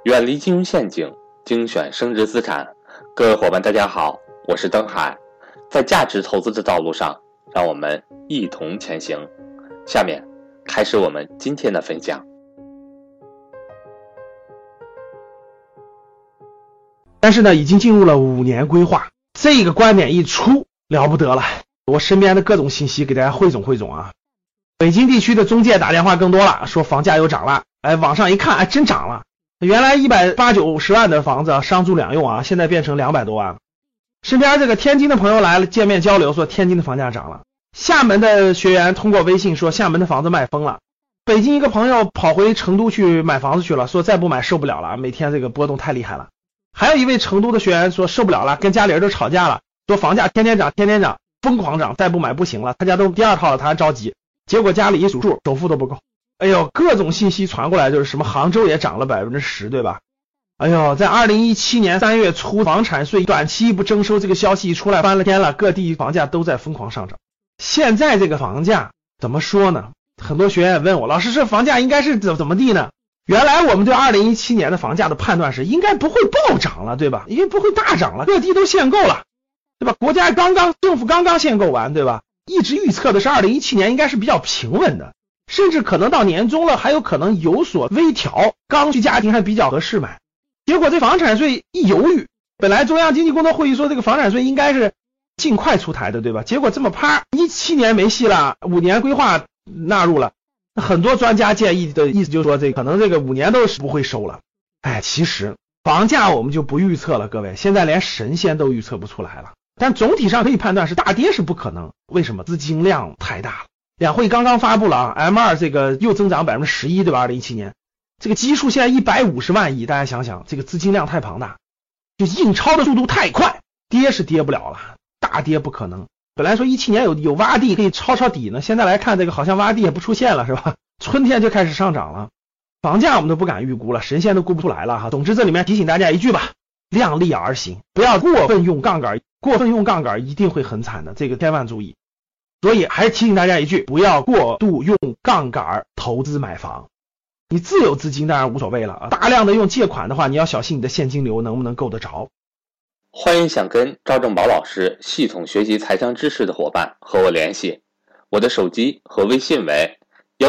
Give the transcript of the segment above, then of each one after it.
远离金融陷阱，精选升值资产。各位伙伴大家好，我是登海。在价值投资的道路上，让我们一同前行。下面开始我们今天的分享。 但是呢，已经进入了5年规划，这个观点一出了不得了，我身边的各种信息给大家汇总啊。北京地区的中介打电话更多了，说房价又涨了，网上一看，真涨了。原来180-190万的房子商住两用啊，现在变成200多万了。身边这个天津的朋友来了，见面交流说天津的房价涨了。厦门的学员通过微信说厦门的房子卖疯了。北京一个朋友跑回成都去买房子去了，说再不买受不了了，每天这个波动太厉害了。还有一位成都的学员说受不了了，跟家里人都吵架了，说房价天天涨，疯狂涨，再不买不行了，他家都第二套了，他还着急。结果家里一数数，首付都不够。哎呦，各种信息传过来，就是什么杭州也涨了 10%， 对吧？哎呦，在2017年3月初房产税短期不征收这个消息一出来，翻了天了，各地房价都在疯狂上涨。现在这个房价怎么说呢？很多学员问我，老师，这房价应该是怎么地呢？原来我们对2017年的房价的判断是应该不会暴涨了，对吧？因为不会大涨了，各地都限购了，对吧？国家政府刚刚限购完，对吧？一直预测的是2017年应该是比较平稳的，甚至可能到年终了还有可能有所微调，刚需家庭还比较合适买。结果这房产税一犹豫，本来中央经济工作会议说这个房产税应该是尽快出台的，对吧？结果这么啪，17年没戏了，5年规划纳入了。很多专家建议的意思就是说，可能这个5年都是不会收了。其实房价我们就不预测了，各位，现在连神仙都预测不出来了。但总体上可以判断是大跌是不可能，为什么？资金量太大了。两会刚刚发布了M2 这个又增长 11%， 对吧？2017年这个基数现在150万亿，大家想想，这个资金量太庞大，就印钞的速度太快，跌是跌不了了，大跌不可能。本来说17年有洼地可以抄底呢，现在来看这个好像洼地也不出现了，是吧？春天就开始上涨了，房价我们都不敢预估了，神仙都估不出来了哈。总之这里面提醒大家一句吧，量力而行，不要过分用杠杆，过分用杠杆一定会很惨的，这个千万注意。所以还是提醒大家一句，不要过度用杠杆投资买房。你自有资金当然无所谓了，大量的用借款的话，你要小心你的现金流能不能够得着。 欢迎想跟赵正宝老师系统学习财商知识的伙伴和我联系，我的手机和微信为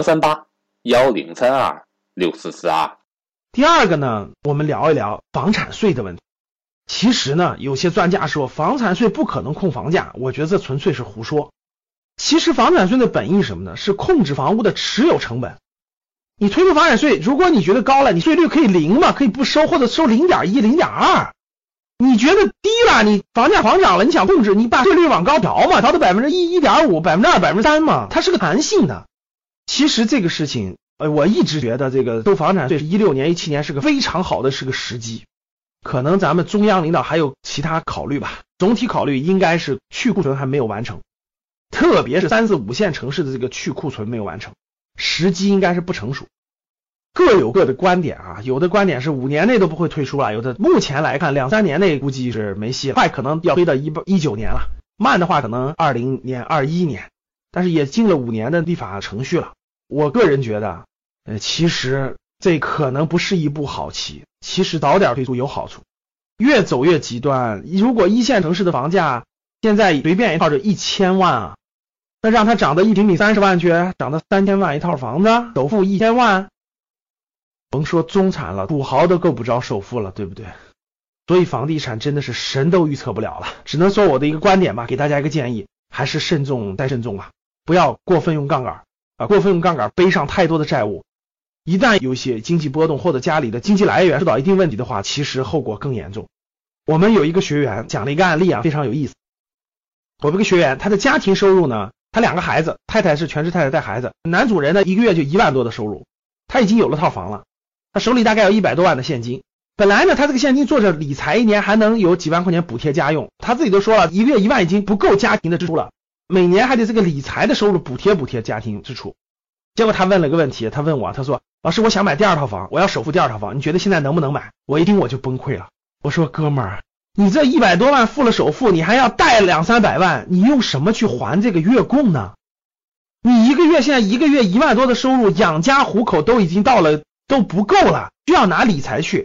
138-1032-6442。 第二个呢，我们聊一聊房产税的问题。其实呢，有些专家说房产税不可能控房价，我觉得这纯粹是胡说。其实房产税的本意是什么呢？是控制房屋的持有成本。你推出房产税，如果你觉得高了，你税率可以0嘛，可以不收，或者收 0.1、0.2。你觉得低了，你房价狂涨了，你想控制，你把税率往高调嘛，调到 1%、1.5%、2%、3% 嘛，它是个弹性的。其实这个事情我一直觉得这个收房产税16年、17年是个非常好的是个时机。可能咱们中央领导还有其他考虑吧，总体考虑应该是去库存还没有完成，特别是3、4、5线城市的这个去库存没有完成，时机应该是不成熟。各有各的观点啊，有的观点是5年内都不会退出了，有的目前来看2、3年内估计是没戏了，快可能要推到19年了，慢的话可能20年、21年，但是也经了5年的立法程序了。我个人觉得其实这可能不是一步好棋，其实早点推出有好处。越走越极端，如果1线城市的房价现在随便一套就1000万啊，那让它涨到1平米30万去，涨到3000万一套房子，首付1000万，甭说中产了，土豪都够不着首付了，对不对？所以房地产真的是神都预测不了了，只能说我的一个观点吧，给大家一个建议，还是慎重再慎重吧，不要过分用杠杆过分用杠杆背上太多的债务，一旦有些经济波动或者家里的经济来源受到一定问题的话，其实后果更严重。我们有一个学员讲了一个案例啊，非常有意思。我们一个学员，他的家庭收入呢，他2个孩子，太太是全职太太带孩子，男主人呢1个月就1万多的收入，他已经有了套房了，他手里大概有100多万的现金。本来呢，他这个现金做着理财，1年还能有几万块钱补贴家用，他自己都说了，1个月1万已经不够家庭的支出了，每年还得这个理财的收入补贴家庭支出。结果他问了个问题，他问我，他说老师，我想买第2套房，我要首付第2套房，你觉得现在能不能买？我一听我就崩溃了，我说哥们儿，你这100多万付了首付，你还要贷200-300万，你用什么去还这个月供呢？你一个月现在1个月1万多的收入，养家糊口都已经到了都不够了，需要拿理财去。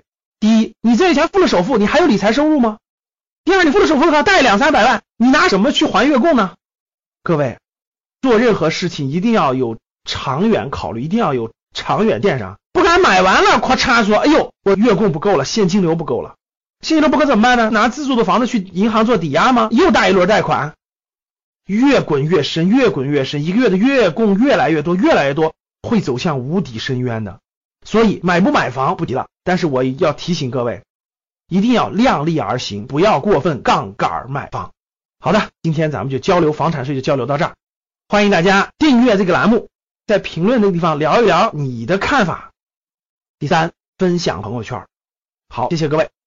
第一，你这些钱付了首付，你还有理财收入吗？第二，你付了首付的话，贷200-300万，你拿什么去还月供呢？各位，做任何事情一定要有长远考虑，一定要有长远电商，不敢买完了咔嚓说，哎呦，我月供不够了，现金流不够了，现金流不够怎么办呢？拿自住的房子去银行做抵押吗？又贷一轮贷款，越滚越深，越滚越深，一个月的月供越来越多，越来越多，会走向无底深渊的。所以买不买房不提了，但是我要提醒各位，一定要量力而行，不要过分杠杆买房。好的，今天咱们就交流房产税就交流到这儿，欢迎大家订阅这个栏目，在评论那个地方聊一聊你的看法。第三，分享朋友圈。好，谢谢各位。